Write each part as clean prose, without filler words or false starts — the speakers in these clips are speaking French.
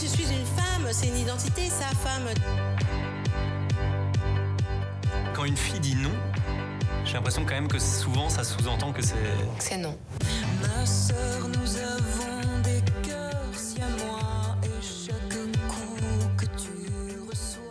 je suis une femme, c'est une identité, ça, femme. Quand une fille dit non, j'ai l'impression quand même que souvent ça sous-entend que C'est non. Ma sœur, nous avons des cœurs siamois et chaque coup que tu reçois.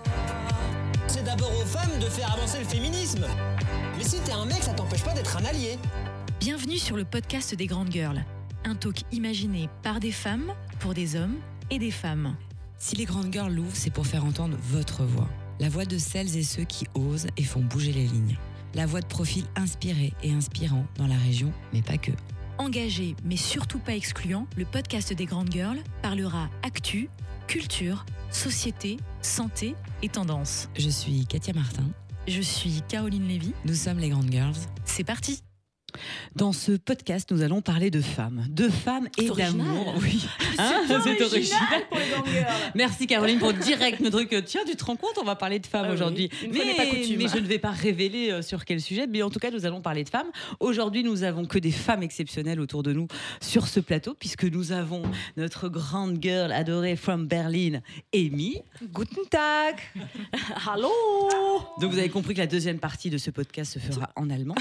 C'est d'abord aux femmes de faire avancer le féminisme. Mais si t'es un mec, ça t'empêche pas d'être un allié. Bienvenue sur le podcast des Grandes Girls, un talk imaginé par des femmes, pour des hommes et des femmes. Si les Grandes Girls l'ouvrent, c'est pour faire entendre votre voix. La voix de celles et ceux qui osent et font bouger les lignes. La voix de profils inspirés et inspirants dans la région, mais pas que. Engagé, mais surtout pas excluant, le podcast des Grandes Girls parlera actu, culture, société, santé et tendance. Je suis Katia Martin. Je suis Caroline Lévy. Nous sommes les Grandes Girls. C'est parti. Dans ce podcast, nous allons parler de femmes et d'amour. Oui, c'est original pour les Grandes Girls. Merci Caroline pour direct le truc. Tiens, tu te rends compte, on va parler de femmes aujourd'hui. Oui, mais je ne vais pas révéler sur quel sujet, mais en tout cas, nous allons parler de femmes. Aujourd'hui, nous avons que des femmes exceptionnelles autour de nous sur ce plateau, puisque nous avons notre grande girl adorée from Berlin, Amy. Guten Tag. Hallo. Donc vous avez compris que la deuxième partie de ce podcast se fera en allemand.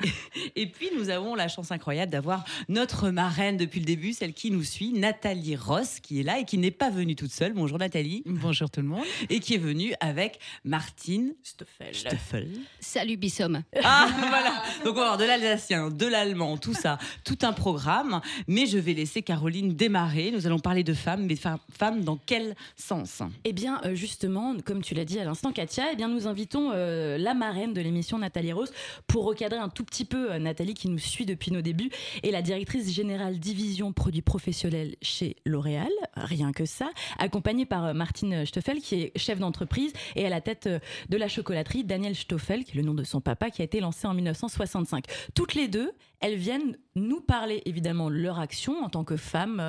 Et puis nous avons la chance incroyable d'avoir notre marraine depuis le début, celle qui nous suit, Nathalie Ross, qui est là et qui n'est pas venue toute seule. Bonjour Nathalie. Bonjour tout le monde. Et qui est venue avec Martine Stoffel. Salut Bissom. Ah voilà. Donc on va avoir de l'alsacien, de l'allemand, tout ça, tout un programme. Mais je vais laisser Caroline démarrer. Nous allons parler de femmes, mais femmes dans quel sens ? Eh bien justement, comme tu l'as dit à l'instant Katia, eh bien nous invitons la marraine de l'émission Nathalie Ross pour recadrer un tout petit peu Nathalie qui nous suit depuis nos débuts et la directrice générale division produits professionnels chez L'Oréal, rien que ça, accompagnée par Martine Stoffel qui est chef d'entreprise et à la tête de la chocolaterie Daniel Stoffel, qui est le nom de son papa, qui a été lancé en 1965. Toutes les deux, elles viennent nous parler évidemment de leur action en tant que femmes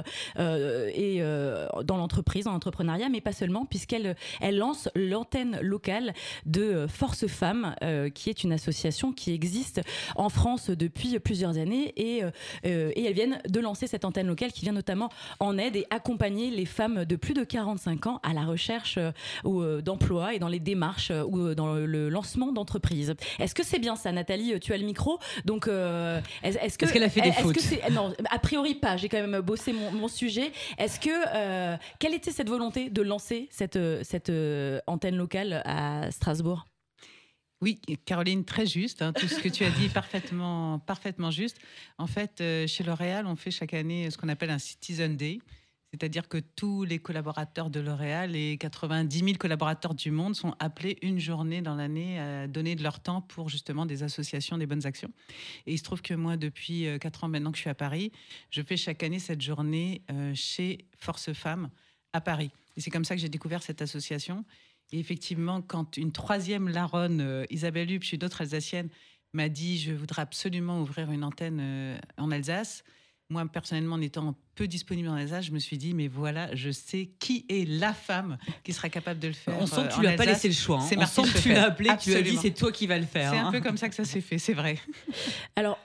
et dans l'entreprise, dans l'entrepreneuriat, mais pas seulement, puisqu'elles lancent l'antenne locale de Force Femmes, qui est une association qui existe en France depuis plusieurs années et elles viennent de lancer cette antenne locale qui vient notamment en aide et accompagner les femmes de plus de 45 ans à la recherche d'emploi et dans les démarches ou dans le lancement d'entreprises. Est-ce que c'est bien ça, Nathalie ? Tu as le micro, donc est-ce qu'elle a fait des fautes ? Non, a priori pas. J'ai quand même bossé mon sujet. Est-ce que quelle était cette volonté de lancer cette antenne locale à Strasbourg ? Oui, Caroline, très juste. Tout ce que tu as dit parfaitement juste. En fait, chez L'Oréal, on fait chaque année ce qu'on appelle un Citizen Day. C'est-à-dire que tous les collaborateurs de L'Oréal, les 90 000 collaborateurs du monde, sont appelés une journée dans l'année à donner de leur temps pour justement des associations, des bonnes actions. Et il se trouve que moi, depuis 4 ans maintenant que je suis à Paris, je fais chaque année cette journée chez Force Femmes à Paris. Et c'est comme ça que j'ai découvert cette association. Et effectivement, quand une troisième Laronne, Isabelle Hupsch, une autre Alsacienne, m'a dit « je voudrais absolument ouvrir une antenne en Alsace », moi, personnellement, en étant peu disponible en Alsace, je me suis dit, mais voilà, je sais qui est la femme qui sera capable de le faire. On sent que tu lui as pas laissé le choix. C'est Martine que tu l'as appelé, tu lui as dit, c'est toi qui vas le faire. C'est un peu comme ça que ça s'est fait, c'est vrai. Alors,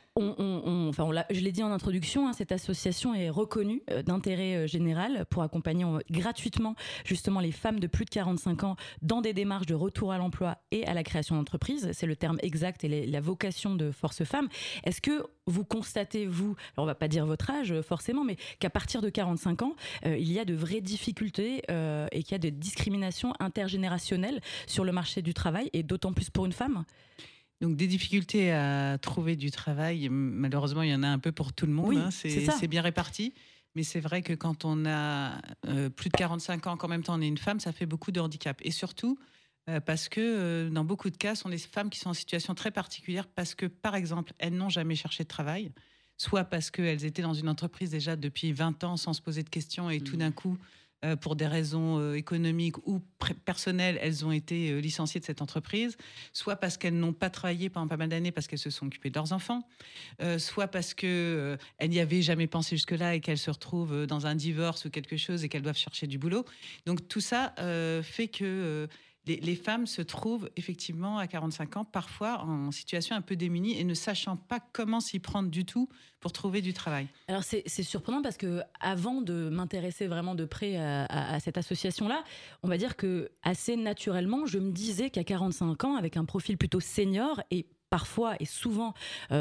je l'ai dit en introduction, cette association est reconnue d'intérêt général pour accompagner gratuitement justement les femmes de plus de 45 ans dans des démarches de retour à l'emploi et à la création d'entreprise. C'est le terme exact et la vocation de Force Femmes. Est-ce que vous constatez, alors on va pas dire votre âge forcément, mais qu'à partir de 45 ans, il y a de vraies difficultés et qu'il y a de discriminations intergénérationnelles sur le marché du travail et d'autant plus pour une femme ? Donc des difficultés à trouver du travail, malheureusement il y en a un peu pour tout le monde, oui, c'est bien réparti, mais c'est vrai que quand on a plus de 45 ans, qu'en même temps on est une femme, ça fait beaucoup de handicap. Et surtout parce que dans beaucoup de cas, ce sont des femmes qui sont en situation très particulière parce que par exemple, elles n'ont jamais cherché de travail, soit parce qu'elles étaient dans une entreprise déjà depuis 20 ans sans se poser de questions et tout d'un coup, pour des raisons économiques ou personnelles, elles ont été licenciées de cette entreprise, soit parce qu'elles n'ont pas travaillé pendant pas mal d'années parce qu'elles se sont occupées de leurs enfants, soit parce qu'elles n'y avaient jamais pensé jusque-là et qu'elles se retrouvent dans un divorce ou quelque chose et qu'elles doivent chercher du boulot. Donc tout ça fait que les femmes se trouvent effectivement à 45 ans parfois en situation un peu démunie et ne sachant pas comment s'y prendre du tout pour trouver du travail. Alors c'est surprenant parce que avant de m'intéresser vraiment de près à cette association-là, on va dire que assez naturellement, je me disais qu'à 45 ans, avec un profil plutôt senior et parfois et souvent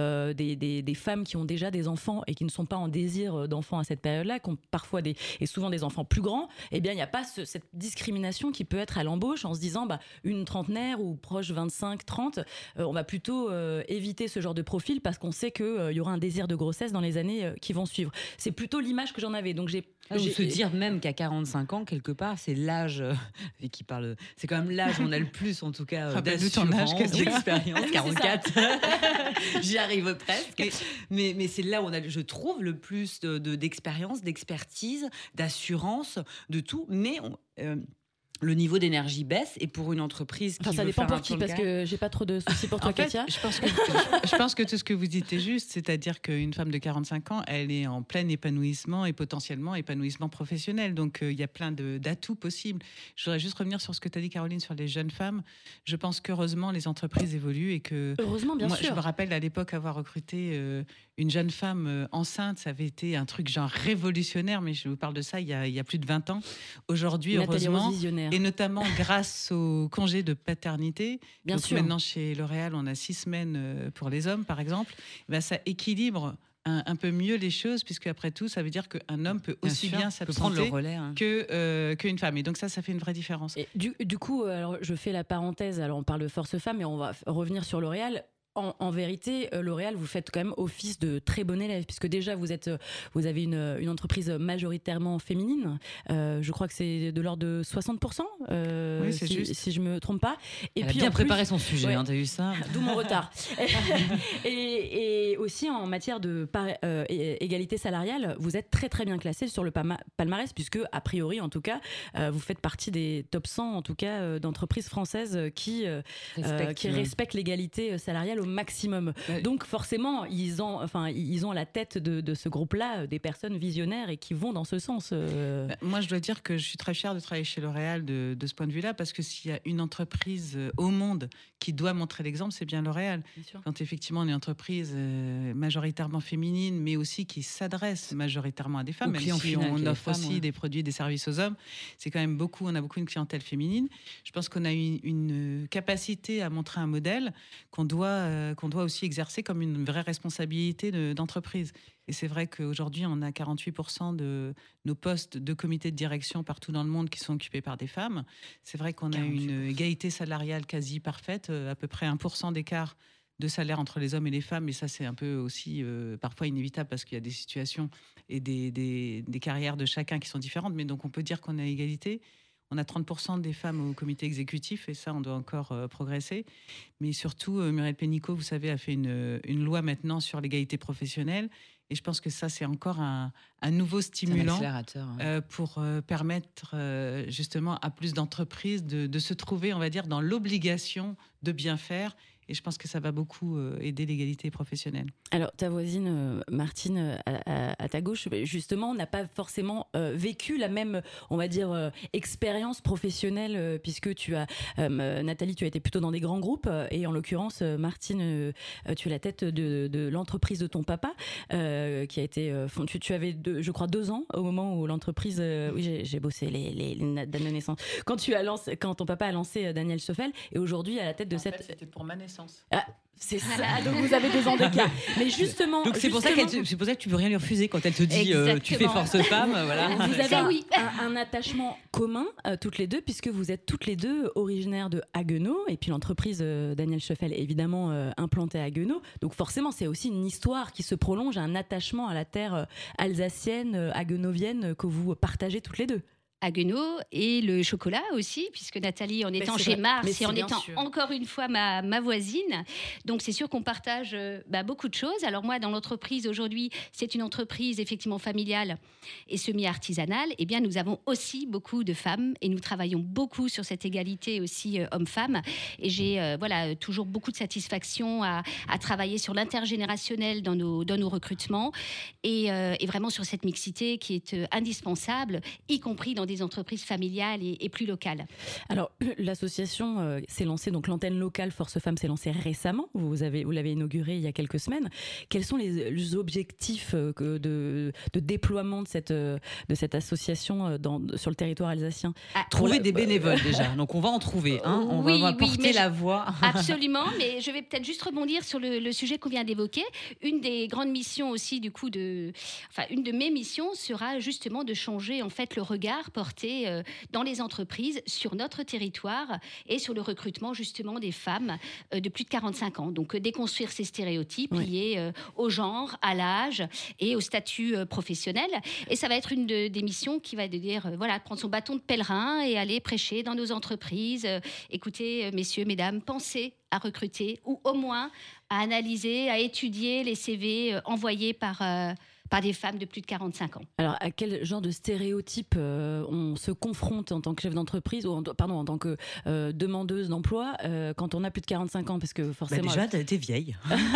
des femmes qui ont déjà des enfants et qui ne sont pas en désir d'enfants à cette période-là, qui ont parfois et souvent des enfants plus grands, eh bien il n'y a pas cette discrimination qui peut être à l'embauche en se disant une trentenaire ou proche 25-30, on va plutôt éviter ce genre de profil parce qu'on sait qu'il y aura un désir de grossesse dans les années qui vont suivre. C'est plutôt l'image que j'en avais. Donc se dire même qu'à 45 ans, quelque part, c'est l'âge qui parle. C'est quand même l'âge où on a le plus, en tout cas, d'assurance, d'expérience. 44. J'y arrive presque. Mais c'est là où on a, je trouve, le plus d'expérience, d'expertise, d'assurance, de tout. Mais le niveau d'énergie baisse et pour une entreprise qui ça veut dépend faire pour qui, parce que j'ai pas trop de soucis pour toi, Katia. Je pense que tout ce que vous dites est juste, c'est-à-dire qu'une femme de 45 ans, elle est en plein épanouissement et potentiellement épanouissement professionnel. Donc il y a plein d'atouts possibles. Je voudrais juste revenir sur ce que tu as dit, Caroline, sur les jeunes femmes. Je pense qu'heureusement les entreprises évoluent et que heureusement, bien sûr. Je me rappelle à l'époque avoir recruté une jeune femme enceinte, ça avait été un truc genre révolutionnaire, mais je vous parle de ça il y a plus de 20 ans. Aujourd'hui, heureusement, et notamment grâce au congé de paternité. Bien donc sûr. Maintenant, chez L'Oréal, on a 6 semaines pour les hommes, par exemple. Ça équilibre un peu mieux les choses, puisque après tout, ça veut dire qu'un homme peut aussi bien s'absenter qu'une femme. Et donc ça fait une vraie différence. Et du coup, alors, je fais la parenthèse. Alors, on parle de force femme, mais on va revenir sur L'Oréal. En vérité, L'Oréal, vous faites quand même office de très bon élève, puisque déjà, vous avez une entreprise majoritairement féminine. Je crois que c'est de l'ordre de 60%, oui, c'est juste. Si je ne me trompe pas. Et Elle a bien préparé son sujet, t'as vu ça ? D'où mon retard. et aussi, en matière de égalité salariale, vous êtes très très bien classé sur le palmarès, puisque, a priori, en tout cas, vous fêtes partie des top 100, en tout cas, d'entreprises françaises qui respectent l'égalité salariale au maximum. Ouais. Donc forcément, ils ont à la tête de ce groupe-là des personnes visionnaires et qui vont dans ce sens. Moi, je dois dire que je suis très fière de travailler chez L'Oréal de ce point de vue-là, parce que s'il y a une entreprise au monde qui doit montrer l'exemple, c'est bien L'Oréal. Quand effectivement on est une entreprise majoritairement féminine, mais aussi qui s'adresse majoritairement à des femmes, même si on offre aussi des produits et des services aux hommes, c'est quand même on a beaucoup une clientèle féminine. Je pense qu'on a une capacité à montrer un modèle qu'on doit aussi exercer comme une vraie responsabilité d'entreprise. Et c'est vrai qu'aujourd'hui, on a 48% de nos postes de comité de direction partout dans le monde qui sont occupés par des femmes. C'est vrai qu'on a une égalité salariale quasi parfaite, à peu près 1% d'écart de salaire entre les hommes et les femmes. Et ça, c'est un peu aussi parfois inévitable parce qu'il y a des situations et des carrières de chacun qui sont différentes. Mais donc, on peut dire qu'on a égalité. On a 30% des femmes au comité exécutif et ça, on doit encore progresser. Mais surtout, Muriel Pénicaud, vous savez, a fait une loi maintenant sur l'égalité professionnelle. Et je pense que ça, c'est encore un nouveau stimulant pour permettre justement à plus d'entreprises de se trouver, on va dire, dans l'obligation de bien faire. Et je pense que ça va beaucoup aider l'égalité professionnelle. Alors, ta voisine, Martine, à ta gauche, justement, n'a pas forcément vécu la même, on va dire, expérience professionnelle, puisque Nathalie, tu as été plutôt dans des grands groupes. Et en l'occurrence, Martine, tu es la tête de l'entreprise de ton papa, qui a été... tu avais, je crois, 2 ans au moment où l'entreprise... oui, j'ai bossé les dates de naissance. Quand ton papa a lancé Daniel Stoffel, et aujourd'hui, à la tête de cette... C'était pour ma naissance. Ah, c'est ça, donc vous avez 2 ans d'écart. Mais justement, donc c'est pour ça que tu peux rien lui refuser quand elle te dit tu fais force femme, voilà. Vous avez un attachement commun toutes les deux, puisque vous êtes toutes les deux originaires de Haguenau, et puis l'entreprise Daniel Stoffel est évidemment implantée à Haguenau. Donc forcément, c'est aussi une histoire qui se prolonge, un attachement à la terre alsacienne, haguenovienne que vous partagez toutes les deux. Haguenau et le chocolat aussi, puisque Nathalie, en étant chez Mars et en étant encore une fois ma voisine, donc c'est sûr qu'on partage beaucoup de choses. Alors moi, dans l'entreprise aujourd'hui, c'est une entreprise effectivement familiale et semi-artisanale. Eh bien, nous avons aussi beaucoup de femmes et nous travaillons beaucoup sur cette égalité aussi homme-femme. Et j'ai toujours beaucoup de satisfaction à travailler sur l'intergénérationnel dans nos recrutements et vraiment sur cette mixité qui est indispensable, y compris dans des entreprises familiales et plus locales. Alors, l'association s'est lancée, donc l'antenne locale Force Femmes s'est lancée récemment. Vous l'avez inaugurée il y a quelques semaines. Quels sont les objectifs de déploiement de cette association sur le territoire alsacien? Trouver des bénévoles déjà. Donc on va en trouver. On va porter la voix. Absolument, mais je vais peut-être juste rebondir sur le sujet qu'on vient d'évoquer. Une des grandes missions aussi, une de mes missions sera justement de changer en fait le regard porté dans les entreprises sur notre territoire et sur le recrutement justement des femmes de plus de 45 ans. Donc déconstruire ces stéréotypes liés au genre, à l'âge et au statut professionnel. Et ça va être une des missions qui va dire prendre son bâton de pèlerin et aller prêcher dans nos entreprises. Écoutez, messieurs, mesdames, pensez à recruter ou au moins à analyser, à étudier les CV envoyés par des femmes de plus de 45 ans. Alors, à quel genre de stéréotypes on se confronte en tant que chef d'entreprise ou en tant que demandeuse d'emploi quand on a plus de 45 ans? Parce que forcément... déjà, t'es vieille.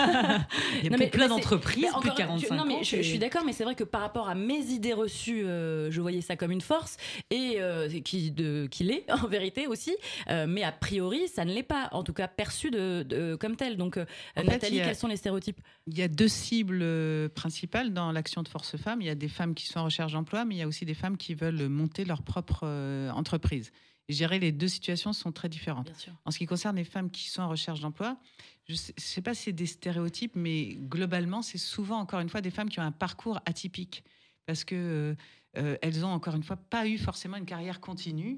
Il y a plein d'entreprises plus de 45 ans. Je suis d'accord, mais c'est vrai que par rapport à mes idées reçues, je voyais ça comme une force et qui l'est en vérité aussi. Mais a priori, ça ne l'est pas. En tout cas, perçu comme tel. Donc, Nathalie, quels sont les stéréotypes? Il y a 2 cibles principales dans l'action de Force Femmes. Il y a des femmes qui sont en recherche d'emploi, mais il y a aussi des femmes qui veulent monter leur propre entreprise. Et je dirais les 2 situations sont très différentes. En ce qui concerne les femmes qui sont en recherche d'emploi, je ne sais pas si c'est des stéréotypes, mais globalement, c'est souvent, encore une fois, des femmes qui ont un parcours atypique. Parce qu'elles n'ont, encore une fois, pas eu forcément une carrière continue.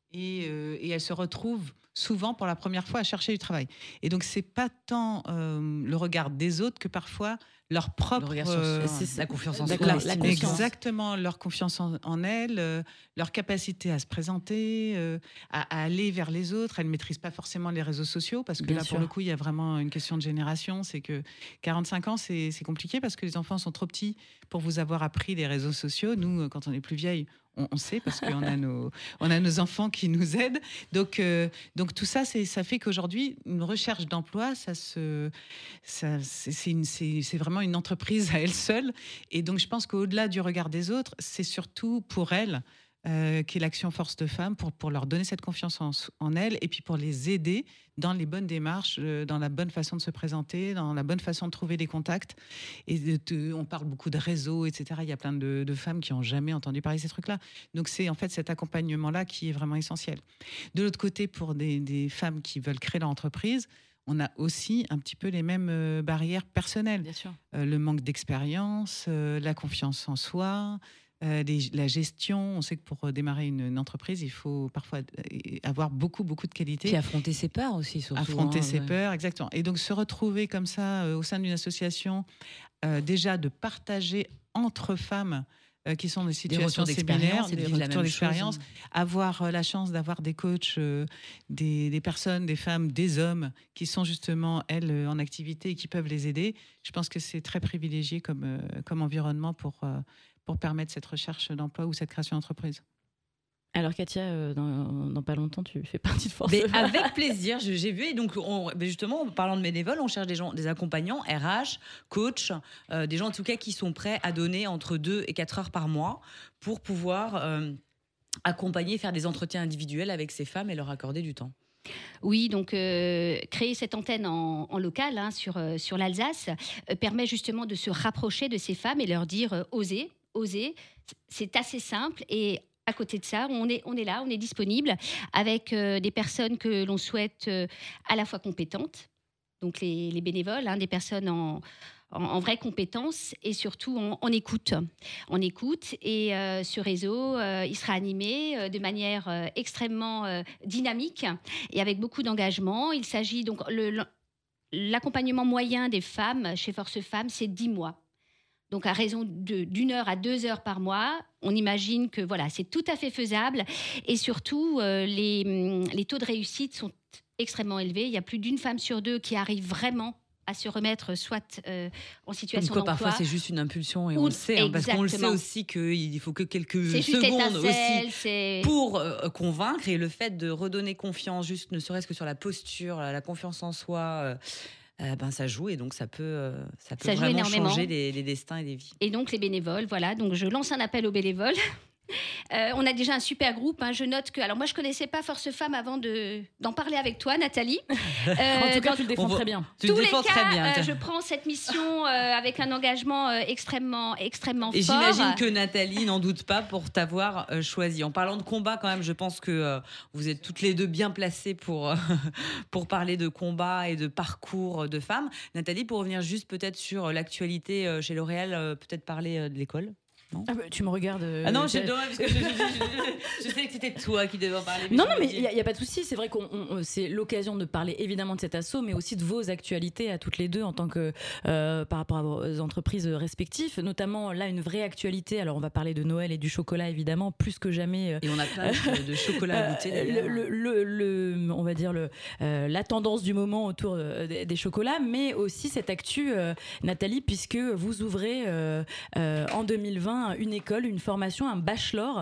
Et elles se retrouvent souvent pour la première fois à chercher du travail. Et donc, ce n'est pas tant le regard des autres que parfois leur propre... la confiance en soi. Exactement, leur confiance en elles, leur capacité à se présenter, à aller vers les autres. Elles ne maîtrisent pas forcément les réseaux sociaux, parce que pour le coup, il y a vraiment une question de génération. C'est que 45 ans, c'est compliqué parce que les enfants sont trop petits pour vous avoir appris les réseaux sociaux. Nous, quand on est plus vieille, on sait parce qu'on a nos enfants qui nous aident. Donc tout ça, ça fait qu'aujourd'hui, une recherche d'emploi, c'est vraiment une entreprise à elle seule. Et donc, je pense qu'au-delà du regard des autres, c'est surtout pour elles qui est l'action Force de Femmes, pour leur donner cette confiance en elles et puis pour les aider dans les bonnes démarches, dans la bonne façon de se présenter, dans la bonne façon de trouver des contacts. Et on parle beaucoup de réseaux, etc. Il y a plein de femmes qui n'ont jamais entendu parler de ces trucs-là. Donc c'est en fait cet accompagnement-là qui est vraiment essentiel. De l'autre côté, pour des femmes qui veulent créer leur entreprise, on a aussi un petit peu les mêmes barrières personnelles. Bien sûr. Le manque d'expérience, la confiance en soi, la gestion. On sait que pour démarrer une entreprise, il faut parfois avoir beaucoup de qualités. Puis affronter ses peurs aussi, surtout. Affronter ses peurs, exactement. Et donc se retrouver comme ça au sein d'une association, déjà de partager entre femmes qui sont dans des situations similaires, des retours d'expérience, avoir la chance d'avoir des coachs, des personnes, des femmes, des hommes qui sont justement, elles, en activité et qui peuvent les aider. Je pense que c'est très privilégié comme environnement pour permettre cette recherche d'emploi ou cette création d'entreprise. Alors Katia, dans pas longtemps, tu fais partie de Force. Avec plaisir, j'ai vu. Et donc, justement, en parlant de bénévoles, on cherche des accompagnants, RH, coach, des gens en tout cas qui sont prêts à donner entre 2 et 4 heures par mois pour pouvoir accompagner, faire des entretiens individuels avec ces femmes et leur accorder du temps. Oui, donc créer cette antenne en local sur l'Alsace permet justement de se rapprocher de ces femmes et leur dire osez, c'est assez simple. Et à côté de ça, on est là, on est disponible avec des personnes que l'on souhaite à la fois compétentes, donc les bénévoles, des personnes en vraie compétence et surtout en écoute. En écoute et ce réseau, il sera animé de manière extrêmement dynamique et avec beaucoup d'engagement. Il s'agit donc l'accompagnement moyen des femmes chez Force Femmes, c'est 10 mois. Donc à raison d'1 heure à 2 heures par mois, on imagine que voilà, c'est tout à fait faisable et surtout les taux de réussite sont extrêmement élevés. Il y a plus d'1 femme sur 2 qui arrive vraiment à se remettre soit en situation d'emploi. Parfois, c'est juste une impulsion et on le sait, parce qu'on le sait aussi qu'il faut que quelques secondes aussi pour convaincre. Et le fait de redonner confiance, juste ne serait-ce que sur la posture, la confiance en soi, ça joue et donc ça peut vraiment changer des destins et des vies. Et donc les bénévoles, voilà. Donc je lance un appel aux bénévoles. On a déjà un super groupe. Je note que... Alors moi, je ne connaissais pas Force Femmes avant d'en parler avec toi, Nathalie. En tout cas, tu le défends très bien. Tous les cas, je prends cette mission avec un engagement extrêmement fort. Et j'imagine que Nathalie n'en doute pas pour t'avoir choisi. En parlant de combat, quand même, je pense que vous êtes toutes les deux bien placées pour parler de combat et de parcours de femmes. Nathalie, pour revenir juste peut-être sur l'actualité chez L'Oréal, peut-être parler de l'école. Tu me regardes. Non, j'ai dommage parce que je sais que c'était toi qui devais en parler. Non, mais il n'y a pas de souci. C'est vrai que c'est l'occasion de parler évidemment de cet assaut, mais aussi de vos actualités à toutes les deux en tant que par rapport à vos entreprises respectives. Notamment là, une vraie actualité. Alors, on va parler de Noël et du chocolat évidemment, plus que jamais. Et on a plein de chocolat à goûter. On va dire la tendance du moment autour des chocolats, mais aussi cette actu, Nathalie, puisque vous ouvrez en 2020 une école, une formation, un bachelor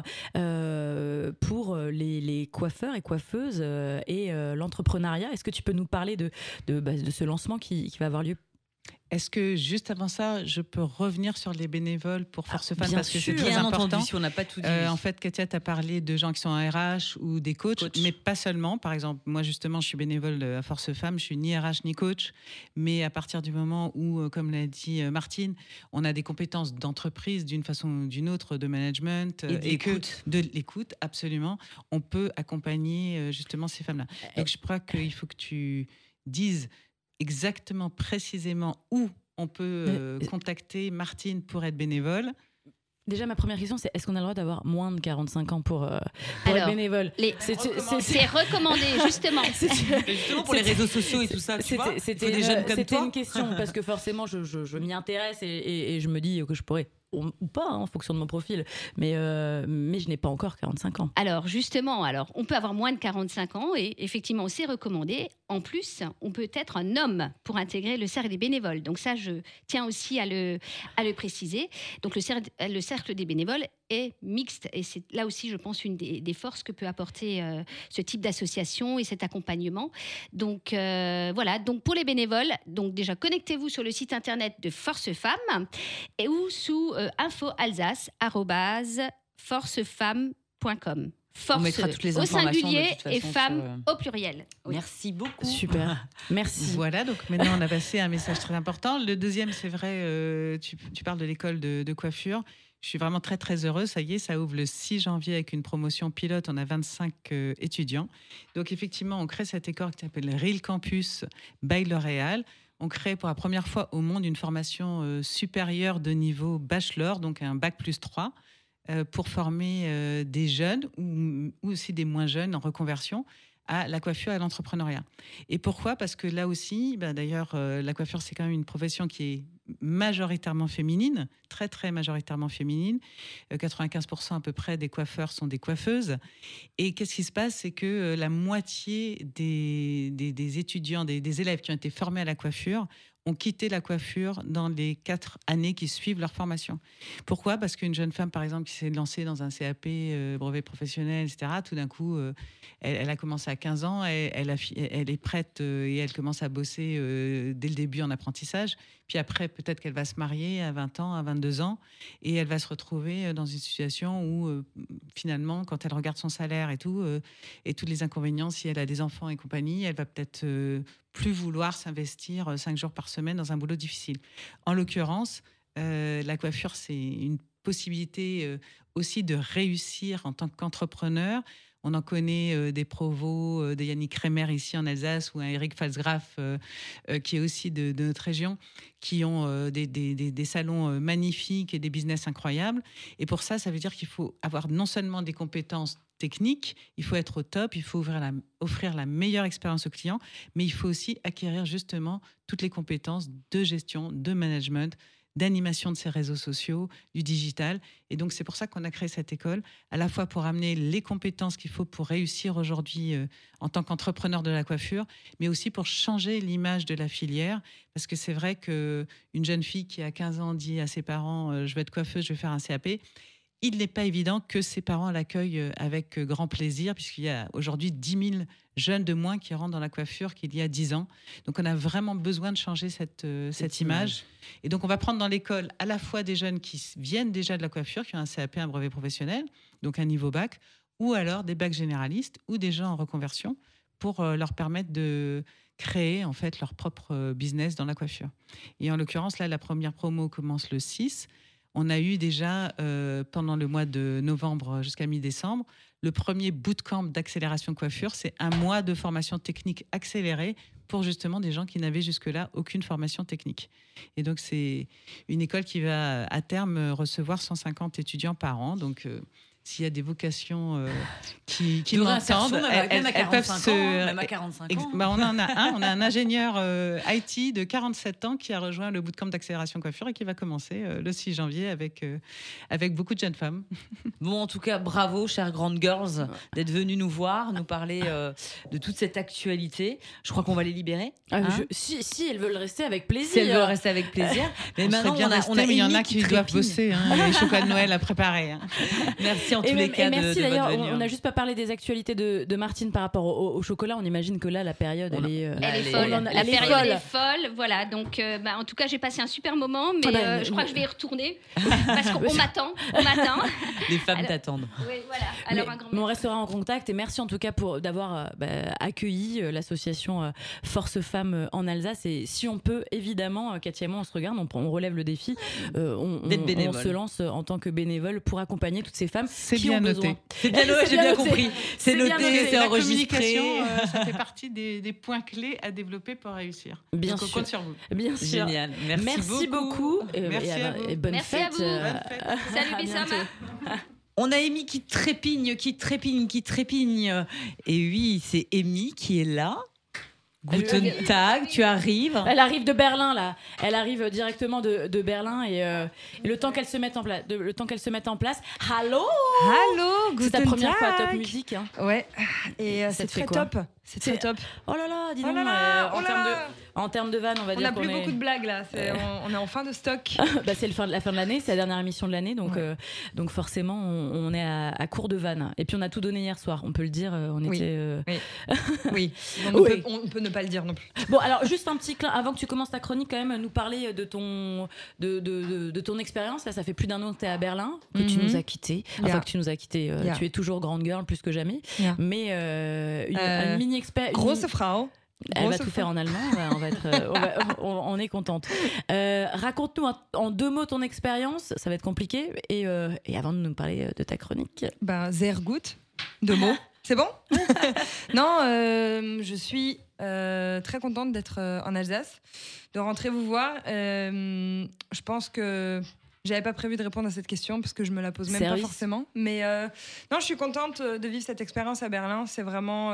pour les coiffeurs et coiffeuses et l'entrepreneuriat. Est-ce que tu peux nous parler de ce lancement qui va avoir lieu ? Est-ce que juste avant ça, je peux revenir sur les bénévoles pour Force Femmes parce que c'est très bien important. Entendu, si on n'a pas tout dit. En fait, Katia, tu as parlé de gens qui sont en RH ou des coachs, mais pas seulement. Par exemple, moi justement, je suis bénévole à Force Femmes, je suis ni RH ni coach, mais à partir du moment où, comme l'a dit Martine, on a des compétences d'entreprise d'une façon ou d'une autre, de management et de l'écoute, absolument, on peut accompagner justement ces femmes-là. Donc je crois qu'il faut que tu dises exactement, précisément où on peut contacter Martine pour être bénévole. Déjà, ma première question, c'est est-ce qu'on a le droit d'avoir moins de 45 ans pour être bénévole ? C'est recommandé, justement. Justement pour les réseaux sociaux et tout ça, tu vois. C'était une question, parce que forcément, je m'y intéresse et je me dis que je pourrais... ou pas, en fonction de mon profil, mais je n'ai pas encore 45 ans. Alors justement, on peut avoir moins de 45 ans et effectivement, c'est recommandé. En plus, on peut être un homme pour intégrer le cercle des bénévoles. Donc ça, je tiens aussi à le préciser. Donc le cercle des bénévoles est mixte et c'est là aussi, je pense, une des forces que peut apporter ce type d'association et cet accompagnement. Donc voilà, donc pour les bénévoles, donc déjà connectez-vous sur le site internet de Force Femmes ou sous info-alsace@forcefemmes.com. Force on mettra toutes les au singulier façon, et femmes au pluriel. Oui. Merci beaucoup. Super. Merci. Voilà, donc maintenant on a passé un message très important. Le deuxième, c'est vrai, tu parles de l'école de coiffure. Je suis vraiment très très heureuse. Ça y est, ça ouvre le 6 janvier avec une promotion pilote. On a 25 étudiants. Donc effectivement, on crée cette école qui s'appelle Real Campus by L'Oréal. On crée pour la première fois au monde une formation supérieure de niveau bachelor, donc un bac plus 3, pour former des jeunes ou aussi des moins jeunes en reconversion à la coiffure et à l'entrepreneuriat. Et pourquoi ? Parce que là aussi, d'ailleurs, la coiffure, c'est quand même une profession qui est majoritairement féminine, très très majoritairement féminine. 95% à peu près des coiffeurs sont des coiffeuses. Et qu'est-ce qui se passe ? C'est que la moitié des étudiants, des élèves qui ont été formés à la coiffure ont quitté la coiffure dans les 4 années qui suivent leur formation. Pourquoi ? Parce qu'une jeune femme, par exemple, qui s'est lancée dans un CAP, brevet professionnel, etc., tout d'un coup, elle a commencé à 15 ans, elle est prête et elle commence à bosser dès le début en apprentissage. Puis après, peut-être qu'elle va se marier à 20 ans, à 22 ans, et elle va se retrouver dans une situation où, finalement, quand elle regarde son salaire et tout, et tous les inconvénients, si elle a des enfants et compagnie, elle va peut-être plus vouloir s'investir 5 jours par semaine dans un boulot difficile. En l'occurrence, la coiffure, c'est une possibilité aussi de réussir en tant qu'entrepreneur. On en connaît des Provost, des Yannick Kremer ici en Alsace ou un Eric Falsgraf qui est aussi de notre région, qui ont des salons magnifiques et des business incroyables. Et pour ça, ça veut dire qu'il faut avoir non seulement des compétences techniques, il faut être au top, il faut offrir la meilleure expérience aux clients, mais il faut aussi acquérir justement toutes les compétences de gestion, de management, d'animation de ces réseaux sociaux, du digital. Et donc, c'est pour ça qu'on a créé cette école, à la fois pour amener les compétences qu'il faut pour réussir aujourd'hui en tant qu'entrepreneur de la coiffure, mais aussi pour changer l'image de la filière. Parce que c'est vrai qu'une jeune fille qui a 15 ans dit à ses parents « je vais être coiffeuse, je vais faire un CAP », il n'est pas évident que ses parents l'accueillent avec grand plaisir, puisqu'il y a aujourd'hui 10 000 jeunes de moins qui rentrent dans la coiffure qu'il y a 10 ans. Donc, on a vraiment besoin de changer cette image. Et donc, on va prendre dans l'école à la fois des jeunes qui viennent déjà de la coiffure, qui ont un CAP, un brevet professionnel, donc un niveau bac, ou alors des bacs généralistes ou des gens en reconversion pour leur permettre de créer en fait leur propre business dans la coiffure. Et en l'occurrence, là, la première promo commence le 6. On a eu déjà, pendant le mois de novembre jusqu'à mi-décembre, le premier bootcamp d'accélération coiffure. C'est un mois de formation technique accélérée pour justement des gens qui n'avaient jusque-là aucune formation technique. Et donc, c'est une école qui va, à terme, recevoir 150 étudiants par an. Donc, s'il y a des vocations qui m'entendent, elles peuvent se... Même à 45 ans. On en a un. On a un ingénieur IT de 47 ans qui a rejoint le bootcamp d'accélération coiffure et qui va commencer le 6 janvier avec beaucoup de jeunes femmes. Bon, en tout cas, bravo, chères Grand Girls, d'être venues nous voir, nous parler de toute cette actualité. Je crois qu'on va les libérer. Si elles veulent rester avec plaisir. Si elles veulent rester avec plaisir. Mais maintenant, on a il y en a qui doivent bosser. Les chocolats de Noël à préparer. Merci en tous les cas. Merci d'ailleurs. On n'a juste pas parlé des actualités de Martine par rapport au chocolat. On imagine que là, la période, elle est folle. La période est folle. Voilà. Donc, en tout cas, j'ai passé un super moment, mais je crois que je vais y retourner parce qu'on m'attend. Les femmes t'attendent. Oui, voilà. Alors, mais on restera en contact et merci en tout cas d'avoir accueilli l'association Force Femmes en Alsace. Et si on peut, évidemment, Katia et moi, on se regarde, on relève le défi. On se lance en tant que bénévole pour accompagner toutes ces femmes. C'est bien noté. C'est bien noté, j'ai bien compris. C'est noté, c'est enregistré. Ça fait partie des points clés à développer pour réussir. Bien sûr. On compte sur vous. Bien sûr. Génial. Merci beaucoup. Merci à vous. Et bonne fête. Merci à vous. Salut Bissama. On a Amy qui trépigne. Et oui, c'est Amy qui est là. Guten Tag, tu arrives. Elle arrive de Berlin là. Elle arrive directement de Berlin et le temps qu'elle se mette en place. Hallo, Guten C'est ta première fois à Tag. Top Music. Hein. Ouais. Et c'est très top. C'est très top. Oh là là, dis donc. En termes de vannes, on va dire qu'on n'a plus beaucoup de blagues là. On est en fin de stock. C'est la fin de l'année, c'est la dernière émission de l'année, donc forcément on est à court de vannes. Et puis on a tout donné hier soir, on peut le dire. Oui. On peut ne pas le dire non plus. Bon, alors juste un petit clin avant que tu commences ta chronique, quand même, nous parler de ton expérience. Là, ça fait plus d'un an que tu es à Berlin, que tu nous as quittés. Enfin, que tu nous as quittés. Tu es toujours grande girl plus que jamais. Mais une mini expérience. Grosse Frau. Elle va tout faire en allemand, on est contente. Raconte-nous en 2 mots ton expérience, ça va être compliqué. Et avant de nous parler de ta chronique. Sehr gut. 2 mots. C'est bon? Non, je suis très contente d'être en Alsace, de rentrer vous voir. Je pense que j'avais pas prévu de répondre à cette question parce que je me la pose même pas forcément. Mais non, je suis contente de vivre cette expérience à Berlin. C'est vraiment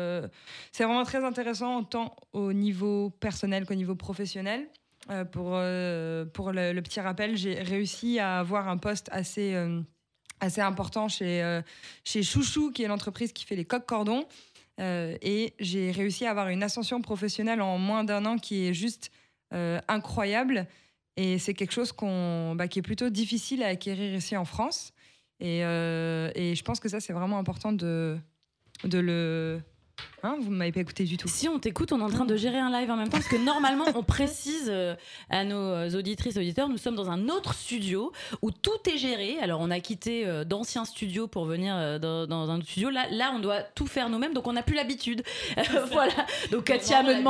très intéressant autant au niveau personnel qu'au niveau professionnel. Pour le petit rappel, j'ai réussi à avoir un poste assez important chez Chouchou, qui est l'entreprise qui fait les coques-cordons. Et j'ai réussi à avoir une ascension professionnelle en moins d'1 an qui est juste incroyable. Et c'est quelque chose qui est plutôt difficile à acquérir ici en France. Et je pense que ça, c'est vraiment important de le... Hein, vous ne m'avez pas écouté du tout. Si on t'écoute, on est en train de gérer un live en même temps parce que normalement on précise à nos auditrices et auditeurs, nous sommes dans un autre studio où tout est géré. Alors on a quitté d'anciens studios pour venir dans un autre studio. Là on doit tout faire nous-mêmes, donc on n'a plus l'habitude. Voilà. Donc Katia me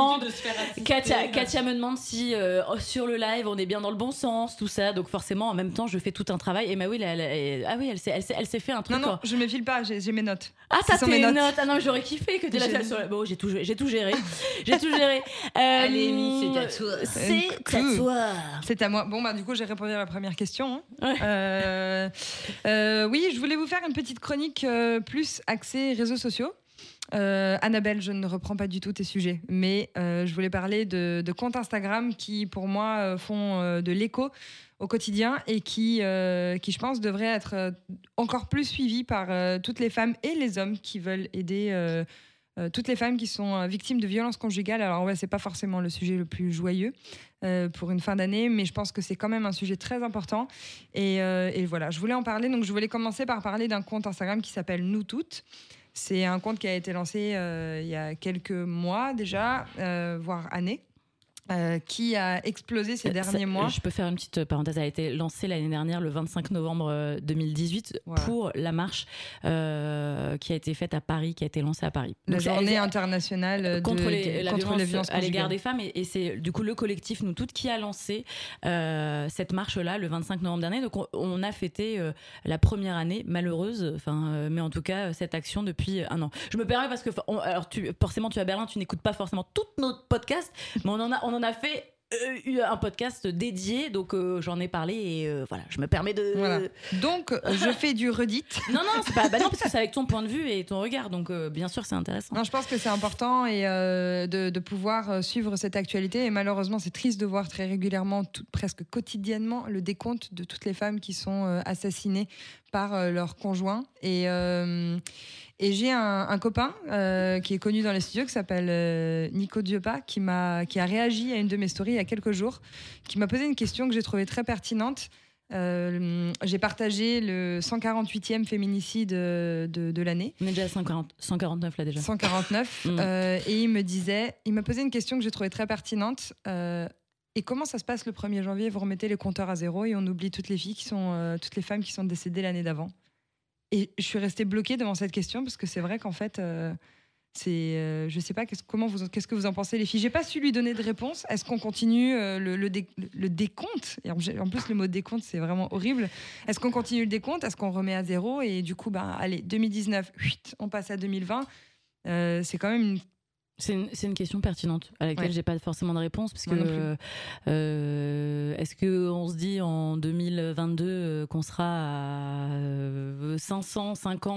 demande si sur le live on est bien dans le bon sens, tout ça. Donc forcément en même temps je fais tout un travail. Et Maouil, elle s'est fait un truc. Non, je me file pas, j'ai mes notes. Ah, t'as tes notes. Ah non, j'aurais kiffé que tu la sur la... Bon, j'ai tout géré. Allez, Amy, c'est à toi. C'est à toi. C'est à moi. Bon, du coup, j'ai répondu à la première question. Oui, je voulais vous faire une petite chronique plus axée réseaux sociaux. Annabelle, je ne reprends pas du tout tes sujets, mais je voulais parler de comptes Instagram qui, pour moi, font de l'écho au quotidien et qui, je pense, devraient être encore plus suivis par toutes les femmes et les hommes qui veulent aider toutes les femmes qui sont victimes de violences conjugales. Alors c'est pas forcément le sujet le plus joyeux pour une fin d'année, mais je pense que c'est quand même un sujet très important. Et voilà, je voulais en parler. Donc je voulais commencer par parler d'un compte Instagram qui s'appelle Nous Toutes. C'est un compte qui a été lancé il y a quelques mois déjà, voire années. Qui a explosé ces derniers mois. Je peux faire une petite parenthèse. Elle a été lancée l'année dernière, le 25 novembre 2018, pour la marche qui a été faite à Paris, qui a été lancée à Paris. La journée internationale contre les violences à l'égard des femmes. Et c'est du coup le collectif Nous Toutes qui a lancé cette marche-là le 25 novembre dernier. Donc on a fêté la première année malheureuse, mais en tout cas cette action depuis un an. Je me permets parce que forcément tu es à Berlin, tu n'écoutes pas forcément tous nos podcasts, mais on en a fait un podcast dédié, donc j'en ai parlé et voilà, je me permets de... Voilà. Donc, je fais du redit. Non, c'est pas... non, parce que c'est avec ton point de vue et ton regard, donc bien sûr, c'est intéressant. Non, je pense que c'est important et de pouvoir suivre cette actualité. Et malheureusement, c'est triste de voir très régulièrement, presque quotidiennement, le décompte de toutes les femmes qui sont assassinées par leur conjoint. Et j'ai un copain qui est connu dans les studios, qui s'appelle Nico Dieuppa, qui a réagi à une de mes stories il y a quelques jours, qui m'a posé une question que j'ai trouvée très pertinente. J'ai partagé le 148e féminicide de l'année. On est déjà à 149 là déjà. 149. Et il m'a posé une question que j'ai trouvée très pertinente. Et comment ça se passe le 1er janvier ? Vous remettez les compteurs à zéro et on oublie toutes les femmes qui sont décédées l'année d'avant. Et je suis restée bloquée devant cette question parce que c'est vrai qu'en fait, je sais pas qu'est-ce que vous en pensez les filles. J'ai pas su lui donner de réponse. Est-ce qu'on continue le décompte ? Et en plus le mot décompte c'est vraiment horrible. Est-ce qu'on continue le décompte ? Est-ce qu'on remet à zéro ? Et du coup, allez, 2019, on passe à 2020. C'est quand même C'est une question pertinente à laquelle j'ai pas forcément de réponse parce que est-ce que on se dit en 2022 qu'on sera à 550 ?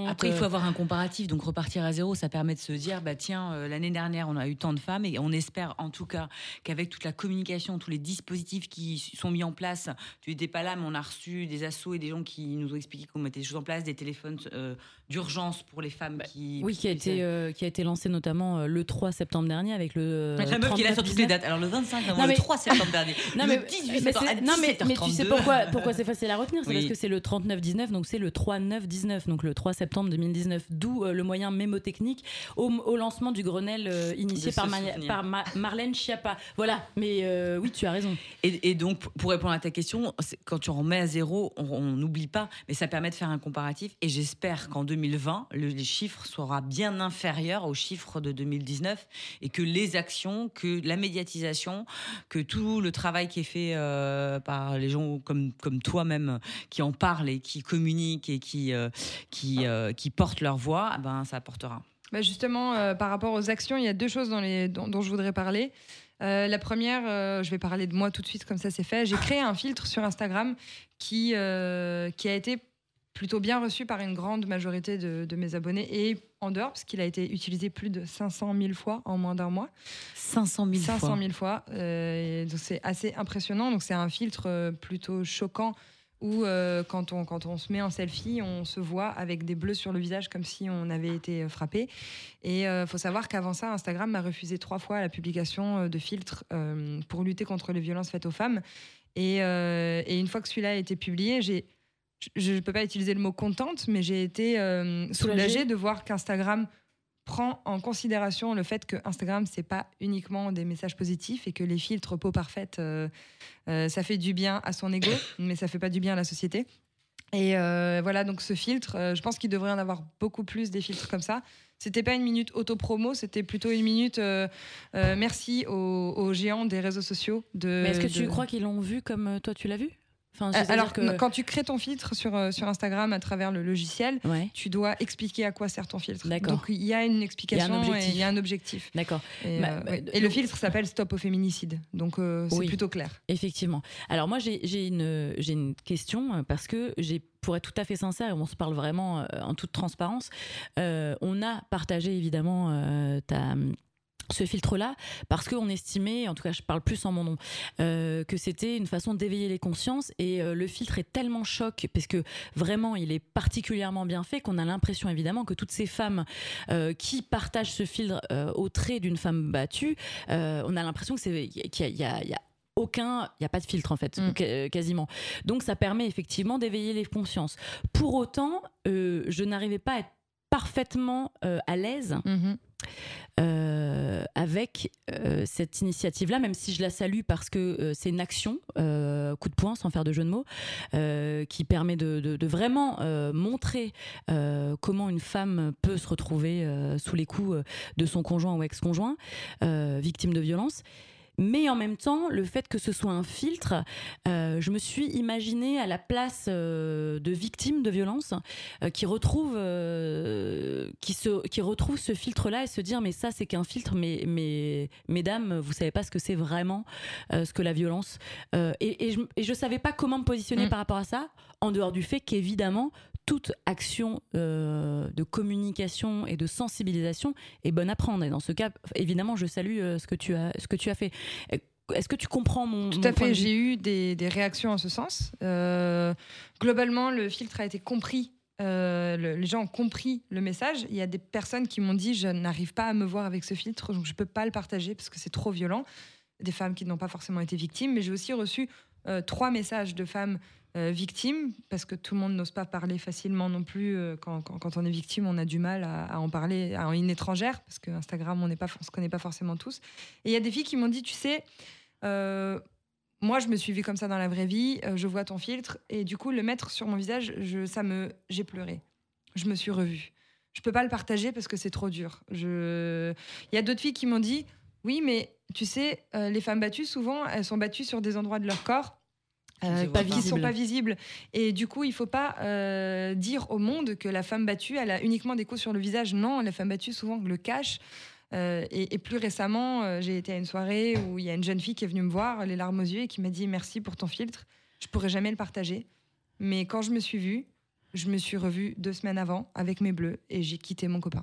Après il faut avoir un comparatif, donc repartir à zéro ça permet de se dire l'année dernière on a eu tant de femmes et on espère en tout cas qu'avec toute la communication, tous les dispositifs qui sont mis en place, tu n'étais pas là mais on a reçu des assos et des gens qui nous ont expliqué qu'on mettait des choses en place, des téléphones d'urgence pour les femmes qui a été lancé notamment le 3 septembre dernier avec le la meuf qui est là sur toutes les dates. Alors le 25 le 3 septembre dernier. Le 18 septembre à 17h32. Mais tu sais pourquoi c'est facile à retenir, c'est parce que c'est le 39-19, donc c'est le 3-9-19, donc le 3 septembre 2019, d'où le moyen mémotechnique au lancement du Grenelle initié par Marlène Schiappa. Voilà, mais oui, tu as raison. Et donc pour répondre à ta question, quand tu remets à zéro, on n'oublie pas, mais ça permet de faire un comparatif et j'espère qu'en 2020, les chiffres seront bien inférieurs aux chiffres de 2019 et que les actions, que la médiatisation, que tout le travail qui est fait par les gens comme toi-même qui en parlent et qui communiquent et qui portent leur voix, ça apportera. Justement, par rapport aux actions, il y a deux choses dont je voudrais parler. La première, je vais parler de moi tout de suite, comme ça c'est fait. J'ai créé un filtre sur Instagram qui a été plutôt bien reçu par une grande majorité de mes abonnés et en dehors, parce qu'il a été utilisé plus de 500 000 fois en moins d'un mois. 500 000 fois. Donc c'est assez impressionnant. Donc c'est un filtre plutôt choquant où quand on se met en selfie, on se voit avec des bleus sur le visage comme si on avait été frappé. Et faut savoir qu'avant ça, Instagram m'a refusé 3 fois la publication de filtres pour lutter contre les violences faites aux femmes. Et une fois que celui-là a été publié, je ne peux pas utiliser le mot contente, mais j'ai été soulagée de voir qu'Instagram prend en considération le fait que Instagram, c'est pas uniquement des messages positifs et que les filtres peau parfaite, ça fait du bien à son ego, mais ça fait pas du bien à la société. Et voilà, donc ce filtre, je pense qu'il devrait en avoir beaucoup plus des filtres comme ça. C'était pas une minute auto-promo, c'était plutôt une minute merci aux géants des réseaux sociaux. Mais est-ce que tu crois qu'ils l'ont vu comme toi tu l'as vu ? Alors, quand tu crées ton filtre sur Instagram à travers le logiciel, tu dois expliquer à quoi sert ton filtre. D'accord. Donc, il y a une explication et il y a un objectif. D'accord. Et le filtre s'appelle Stop au féminicide. Donc, c'est plutôt clair. Effectivement. Alors, moi, j'ai une question parce que pour être tout à fait sincère, et on se parle vraiment en toute transparence, on a partagé évidemment ce filtre-là, parce qu'on estimait, en tout cas je parle plus en mon nom, que c'était une façon d'éveiller les consciences, et le filtre est tellement choc, parce que vraiment il est particulièrement bien fait, qu'on a l'impression évidemment que toutes ces femmes qui partagent ce filtre au trait d'une femme battue, on a l'impression qu'il y a il n'y a pas de filtre en fait, quasiment. Donc ça permet effectivement d'éveiller les consciences. Pour autant, je n'arrivais pas à être parfaitement à l'aise avec cette initiative-là, même si je la salue parce que c'est une action, coup de poing, sans faire de jeu de mots, qui permet de vraiment montrer comment une femme peut se retrouver sous les coups de son conjoint ou ex-conjoint, victime de violence. Mais en même temps, le fait que ce soit un filtre, je me suis imaginée à la place de victimes de violence qui retrouvent ce filtre-là et se dire mais ça c'est qu'un filtre, mais mesdames, vous savez pas ce que c'est vraiment ce que la violence. Et je savais pas comment me positionner par rapport à ça, en dehors du fait qu'évidemment toute action de communication et de sensibilisation est bonne à prendre. Et dans ce cas, évidemment, je salue ce que tu as fait. Est-ce que tu comprends mon Tout à fait, point de vue ? j'ai eu des réactions en ce sens. Globalement, le filtre a été compris. Les gens ont compris le message. Il y a des personnes qui m'ont dit « je n'arrive pas à me voir avec ce filtre, donc je ne peux pas le partager parce que c'est trop violent ». Des femmes qui n'ont pas forcément été victimes. Mais j'ai aussi reçu 3 messages de femmes victimes, parce que tout le monde n'ose pas parler facilement non plus. Quand on est victime, on a du mal à en parler à une étrangère, parce que Instagram, on se connaît pas forcément tous. Et il y a des filles qui m'ont dit, tu sais, moi je me suis vue comme ça dans la vraie vie, je vois ton filtre, et du coup le mettre sur mon visage, j'ai pleuré. Je me suis revue. Je peux pas le partager parce que c'est trop dur. Il y a d'autres filles qui m'ont dit, oui, mais tu sais, les femmes battues, souvent, elles sont battues sur des endroits de leur corps qui ne sont pas visibles. Et du coup, il ne faut pas dire au monde que la femme battue, elle a uniquement des coups sur le visage. Non, la femme battue, souvent, le cache. Et plus récemment, j'ai été à une soirée où il y a une jeune fille qui est venue me voir, les larmes aux yeux, et qui m'a dit « Merci pour ton filtre. Je ne pourrais jamais le partager. Mais quand je me suis vue, je me suis revue 2 semaines avant avec mes bleus, et j'ai quitté mon copain. »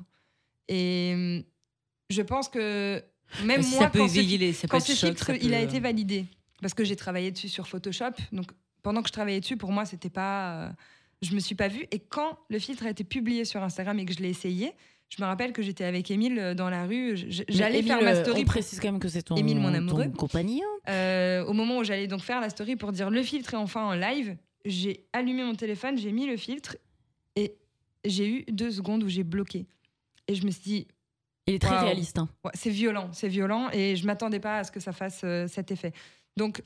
Et je pense que même moi, quand ce filtre il a été validé, parce que j'ai travaillé dessus sur Photoshop, donc pendant que je travaillais dessus, pour moi, c'était pas, je me suis pas vue. Et quand le filtre a été publié sur Instagram et que je l'ai essayé, je me rappelle que j'étais avec Émile dans la rue. J'allais faire ma story. On précise quand même que c'est ton Émile, mon amoureux, ton compagnon. Au moment où j'allais donc faire la story pour dire le filtre est enfin en live, j'ai allumé mon téléphone, j'ai mis le filtre et j'ai eu 2 secondes où j'ai bloqué. Et je me suis dit, il est très réaliste. Hein. Ouais, c'est violent et je m'attendais pas à ce que ça fasse cet effet. Donc,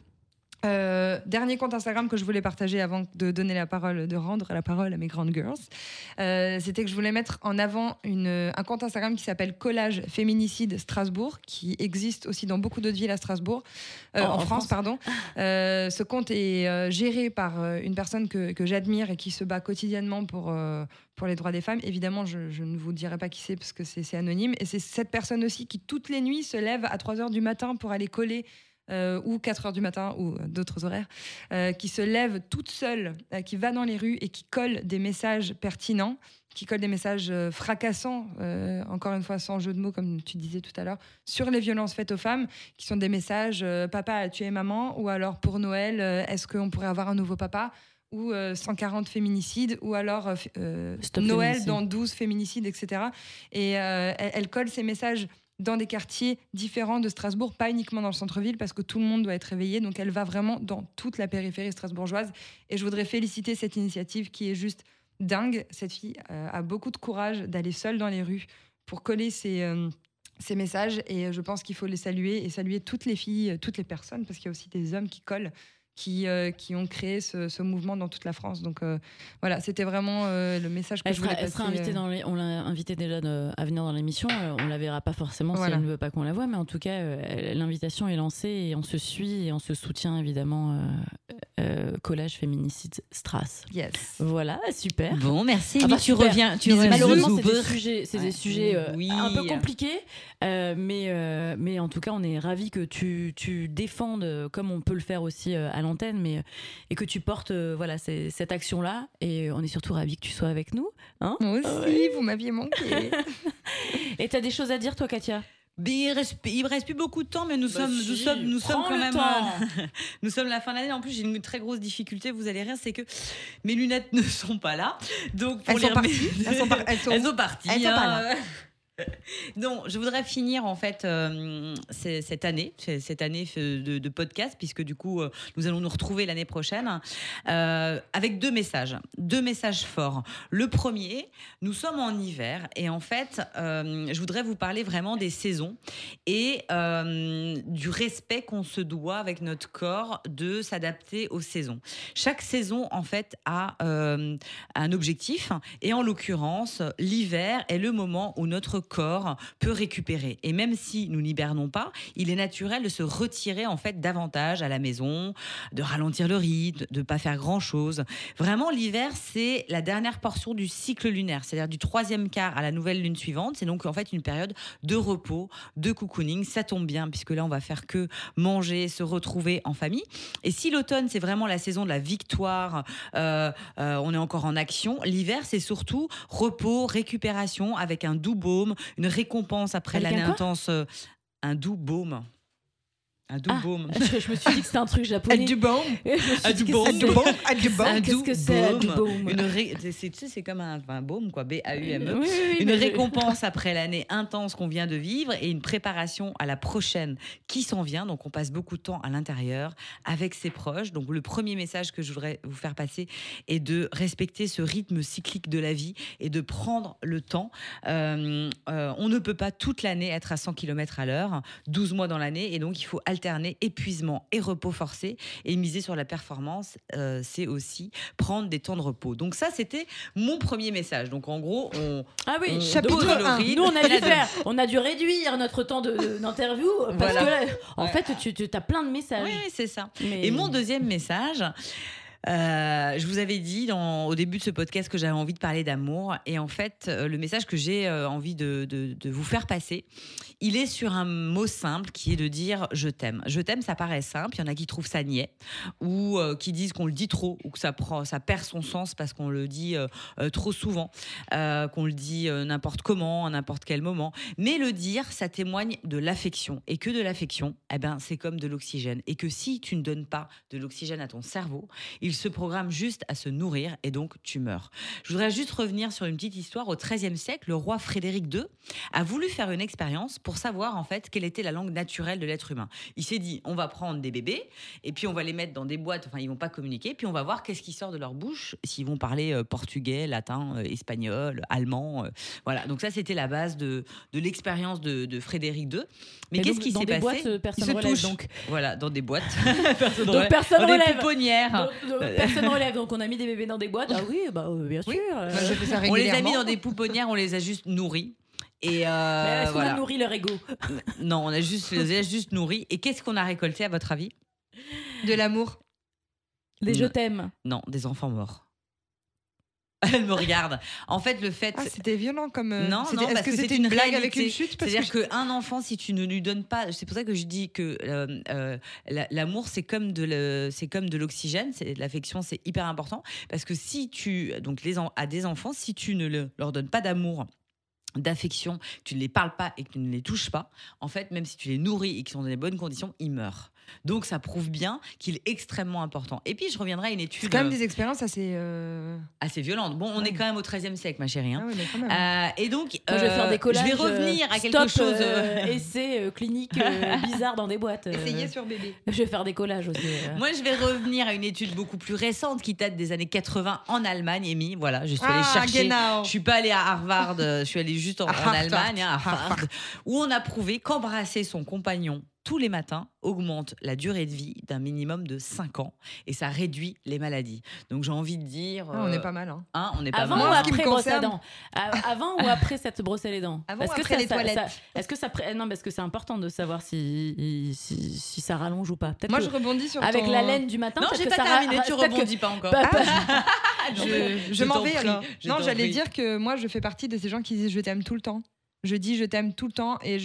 dernier compte Instagram que je voulais partager avant de donner la parole, de rendre la parole à mes grandes girls, c'était que je voulais mettre en avant un compte Instagram qui s'appelle Collage Féminicide Strasbourg, qui existe aussi dans beaucoup d'autres villes à Strasbourg, en France, pardon. Ce compte est géré par une personne que j'admire et qui se bat quotidiennement pour les droits des femmes. Évidemment, je ne vous dirai pas qui c'est parce que c'est anonyme. Et c'est cette personne aussi qui, toutes les nuits, se lève à 3h du matin pour aller coller ou 4h du matin, ou d'autres horaires, qui se lève toute seule, qui va dans les rues et qui colle des messages pertinents, qui colle des messages fracassants, encore une fois sans jeu de mots, comme tu disais tout à l'heure, sur les violences faites aux femmes, qui sont des messages « Papa a tué maman » ou alors pour Noël, est-ce qu'on pourrait avoir un nouveau papa ? Ou 140 féminicides, ou alors Noël féminicide. Dans 12 féminicides, etc. Et elle colle ces messages dans des quartiers différents de Strasbourg, pas uniquement dans le centre-ville, parce que tout le monde doit être réveillé. Donc elle va vraiment dans toute la périphérie strasbourgeoise. Et je voudrais féliciter cette initiative qui est juste dingue. Cette fille a beaucoup de courage d'aller seule dans les rues pour coller ces messages. Et je pense qu'il faut les saluer et saluer toutes les filles, toutes les personnes, parce qu'il y a aussi des hommes qui collent, qui ont créé ce mouvement dans toute la France. Donc voilà, c'était vraiment le message que je voulais passer. Elle sera invitée on l'a invitée déjà à venir dans l'émission. On la verra pas forcément si elle ne veut pas qu'on la voie, mais en tout cas, l'invitation est lancée et on se suit et on se soutient évidemment. Collage Féminicide Stras. Yes. Voilà, super. Bon, merci. Enfin, tu reviens. Malheureusement, c'est des sujets un peu compliqués, mais en tout cas, on est ravis que tu défendes, comme on peut le faire aussi à l'antenne, et que tu portes cette action-là. Et on est surtout ravis que tu sois avec nous. Hein, moi aussi, vous m'aviez manqué. Et t'as des choses à dire, toi, Katia ? Il reste plus beaucoup de temps, mais nous sommes quand même. Nous sommes la fin de l'année. En plus, j'ai une très grosse difficulté. Vous allez rire, c'est que mes lunettes ne sont pas là. Donc pour elles sont parties. Elles sont pas là. Donc, je voudrais finir en fait cette année de podcast, puisque du coup, nous allons nous retrouver l'année prochaine avec deux messages forts. Le premier, nous sommes en hiver et en fait, je voudrais vous parler vraiment des saisons et du respect qu'on se doit avec notre corps de s'adapter aux saisons. Chaque saison en fait a un objectif et en l'occurrence, l'hiver est le moment où notre corps peut récupérer. Et même si nous n'hibernons pas, il est naturel de se retirer en fait davantage à la maison, de ralentir le rythme, de ne pas faire grand-chose. Vraiment, l'hiver, c'est la dernière portion du cycle lunaire, c'est-à-dire du 3e quart à la nouvelle lune suivante. C'est donc en fait une période de repos, de cocooning. Ça tombe bien, puisque là, on va faire que manger, se retrouver en famille. Et si l'automne, c'est vraiment la saison de la victoire, on est encore en action, l'hiver, c'est surtout repos, récupération, avec un doux baume, une récompense après l'année intense. Un doux baume. Un doux baume. Je me suis dit que c'était un truc japonais. Un doux baume. Un doux baume. Qu'est-ce que c'est un doux baume? C'est comme un baume, quoi. B-A-U-M-E. Une récompense après l'année intense qu'on vient de vivre et une préparation à la prochaine qui s'en vient. Donc, on passe beaucoup de temps à l'intérieur avec ses proches. Donc, le premier message que je voudrais vous faire passer est de respecter ce rythme cyclique de la vie et de prendre le temps. On ne peut pas toute l'année être à 100 km à l'heure, 12 mois dans l'année. Et donc, il faut alterner épuisement et repos forcé, et miser sur la performance, c'est aussi prendre des temps de repos. Donc ça, c'était mon premier message. Donc en gros, chapitre 1. Nous, on a dû réduire notre temps d'interview parce que là, en fait, tu as plein de messages. Oui, c'est ça. Et mon deuxième message... je vous avais dit au début de ce podcast que j'avais envie de parler d'amour, et en fait le message que j'ai envie de vous faire passer, il est sur un mot simple qui est de dire je t'aime. Je t'aime, ça paraît simple, il y en a qui trouvent ça niais ou qui disent qu'on le dit trop ou que ça perd son sens parce qu'on le dit trop souvent, qu'on le dit n'importe comment, à n'importe quel moment, mais le dire, ça témoigne de l'affection, et que de l'affection, c'est comme de l'oxygène, et que si tu ne donnes pas de l'oxygène à ton cerveau, il se programme juste à se nourrir et donc tu meurs. Je voudrais juste revenir sur une petite histoire. Au XIIIe siècle, le roi Frédéric II a voulu faire une expérience pour savoir en fait quelle était la langue naturelle de l'être humain. Il s'est dit, on va prendre des bébés et puis on va les mettre dans des boîtes, enfin ils vont pas communiquer, puis on va voir qu'est-ce qui sort de leur bouche, s'ils vont parler portugais, latin, espagnol, allemand. Voilà, donc ça c'était la base de l'expérience de Frédéric II. Mais qu'est-ce qui s'est passé? Boîtes, personne relève, donc. Voilà, dans des boîtes. Personne relève. Des pouponnières. Personne relève, donc on a mis des bébés dans des boîtes. Ah oui, bien sûr. Je fais ça régulièrement. On les a mis dans des pouponnières, on les a juste nourris. Et est-ce qu'on a nourri leur ego? Non, on les a juste nourris. Et qu'est-ce qu'on a récolté à votre avis? De l'amour. Des je t'aime. Non, des enfants morts. Elle me regarde. En fait, le fait... c'était violent comme... Non, est-ce que c'était une blague avec une chute? C'est-à-dire qu'un enfant, si tu ne lui donnes pas... C'est pour ça que je dis que l'amour, c'est comme de l'oxygène. L'affection, c'est hyper important. Parce que si tu... Donc, à des enfants, si tu ne leur donnes pas d'amour, d'affection, tu ne les parles pas et que tu ne les touches pas, en fait, même si tu les nourris et qu'ils sont dans les bonnes conditions, ils meurent. Donc ça prouve bien qu'il est extrêmement important. Et puis je reviendrai à une étude... C'est quand même des expériences assez violentes. Bon, on est quand même au XIIIe siècle, ma chérie. Hein. Ah oui, mais quand même. Et donc, moi, je vais faire des collages. Je vais revenir à quelque chose... essais cliniques bizarres dans des boîtes. Essayez sur bébé. Je vais faire des collages aussi. Moi, je vais revenir à une étude beaucoup plus récente qui date des années 80 en Allemagne. Amy, voilà, je suis allée chercher... Genau. Je suis pas allée à Harvard, je suis allée juste en Allemagne, à Harvard, où on a prouvé qu'embrasser son compagnon tous les matins augmente la durée de vie d'un minimum de 5 ans et ça réduit les maladies. Donc j'ai envie de dire... on est pas mal. On est pas avant mal. Ou après brosser les dents. Avant ou après s'être brossé les dents? Avant ou après les toilettes. Non, parce que c'est important de savoir si ça rallonge ou pas. Moi je rebondis sur avec la laine du matin. Non, j'ai pas terminé, tu rebondis pas encore. Je m'en vais alors. Non, j'allais dire que moi je fais partie de ces gens qui disent je t'aime tout le temps. Je dis je t'aime tout le temps et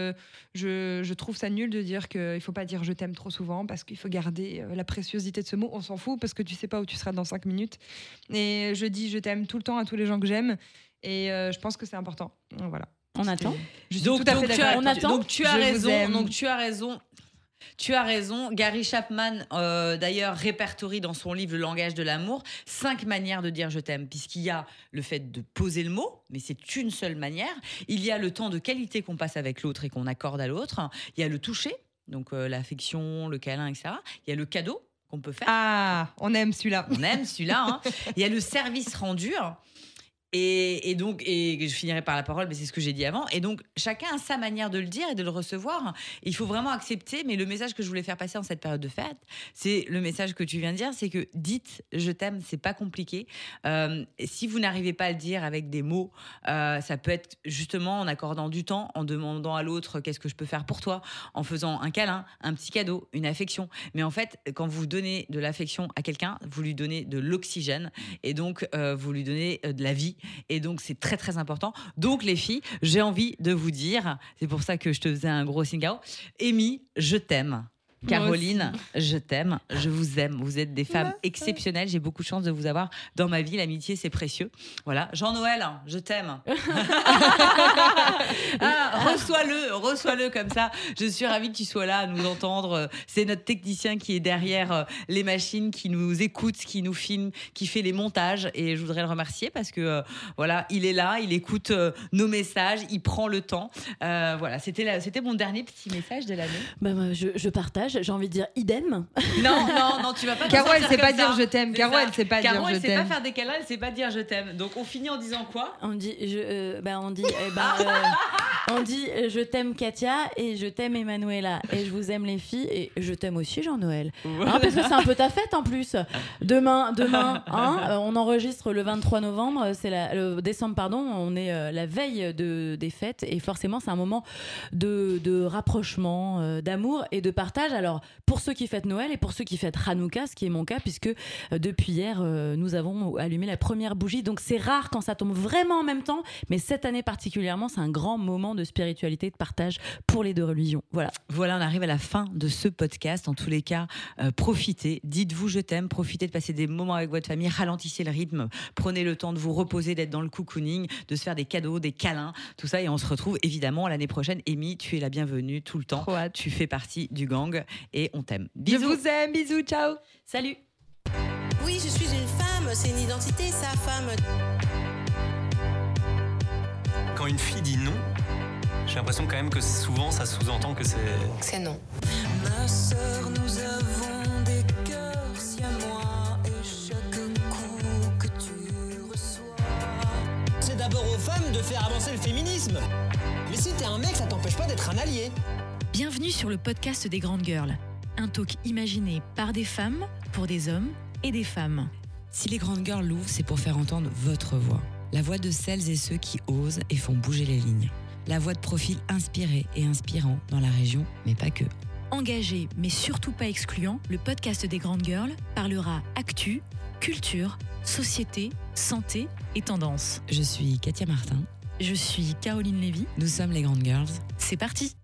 je trouve ça nul de dire qu'il faut pas dire je t'aime trop souvent parce qu'il faut garder la préciosité de ce mot. On s'en fout parce que tu sais pas où tu seras dans 5 minutes. Et je dis je t'aime tout le temps à tous les gens que j'aime et je pense que c'est important. Voilà. On attend. Je suis tout à fait d'accord. On attend. Donc tu as raison. Tu as raison. Gary Chapman, d'ailleurs, répertorie dans son livre Le langage de l'amour 5 manières de dire je t'aime, puisqu'il y a le fait de poser le mot, mais c'est une seule manière. Il y a le temps de qualité qu'on passe avec l'autre et qu'on accorde à l'autre. Il y a le toucher, donc l'affection, le câlin, etc. Il y a le cadeau qu'on peut faire. Ah, on aime celui-là. Hein. Il y a le service rendu. Et donc, je finirai par la parole, mais c'est ce que j'ai dit avant. Et donc, chacun a sa manière de le dire et de le recevoir. Il faut vraiment accepter. Mais le message que je voulais faire passer en cette période de fête, c'est le message que tu viens de dire, c'est que dites je t'aime, c'est pas compliqué. Si vous n'arrivez pas à le dire avec des mots, ça peut être justement en accordant du temps, en demandant à l'autre qu'est-ce que je peux faire pour toi, en faisant un câlin, un petit cadeau, une affection. Mais en fait, quand vous donnez de l'affection à quelqu'un, vous lui donnez de l'oxygène et donc vous lui donnez de la vie. Et donc, c'est très, très important. Donc, les filles, j'ai envie de vous dire, c'est pour ça que je te faisais un gros signe. Amy, je t'aime. Caroline, je t'aime, je vous aime. Vous êtes des femmes exceptionnelles. J'ai beaucoup de chance de vous avoir dans ma vie. L'amitié, c'est précieux. Voilà. Jean-Noël, je t'aime. Reçois-le comme ça. Je suis ravie que tu sois là à nous entendre. C'est notre technicien qui est derrière les machines, qui nous écoute, qui nous filme, qui fait les montages. Et je voudrais le remercier parce que voilà, il est là, il écoute nos messages, il prend le temps. Voilà, c'était mon dernier petit message de l'année. Je partage. J'ai envie de dire idem. Non, tu vas pas. Caro, elle sait pas dire je t'aime. Caro, elle sait pas dire je t'aime. Caro, elle sait pas faire des câlins, elle sait pas dire je t'aime. Donc on finit en disant quoi ? On dit je t'aime Katia et je t'aime Emanuela et je vous aime les filles et je t'aime aussi Jean-Noël. Voilà. Parce que c'est un peu ta fête en plus. Demain, on enregistre le 23 novembre, le décembre pardon, on est la veille des fêtes et forcément c'est un moment de rapprochement, d'amour et de partage. Alors pour ceux qui fêtent Noël et pour ceux qui fêtent Hanouka, ce qui est mon cas puisque depuis hier nous avons allumé la première bougie, donc c'est rare quand ça tombe vraiment en même temps, mais cette année particulièrement c'est un grand moment de spiritualité, de partage pour les deux religions. Voilà, on arrive à la fin de ce podcast. En tous les cas, profitez, dites-vous je t'aime, profitez de passer des moments avec votre famille, ralentissez le rythme, prenez le temps de vous reposer, d'être dans le cocooning, de se faire des cadeaux, des câlins, tout ça, et on se retrouve évidemment l'année prochaine. Amy, tu es la bienvenue tout le temps, tu fais partie du gang et on t'aime. Bisous. Je vous aime, bisous, ciao. Salut. Oui, je suis une femme, c'est une identité, sa femme. Quand une fille dit non, j'ai l'impression quand même que souvent ça sous-entend que c'est non. Ma sœur, nous avons des cœurs si à moi et chaque coup que tu reçois. C'est d'abord aux femmes de faire avancer le féminisme. Mais si t'es un mec, ça t'empêche pas d'être un allié. Bienvenue sur le podcast des Grandes Girls. Un talk imaginé par des femmes, pour des hommes et des femmes. Si les Grandes Girls l'ouvrent, c'est pour faire entendre votre voix. La voix de celles et ceux qui osent et font bouger les lignes. La voix de profils inspirés et inspirants dans la région, mais pas que. Engagé, mais surtout pas excluant, le podcast des Grandes Girls parlera actu, culture, société, santé et tendance. Je suis Katia Martin. Je suis Caroline Lévy. Nous sommes les Grandes Girls. C'est parti!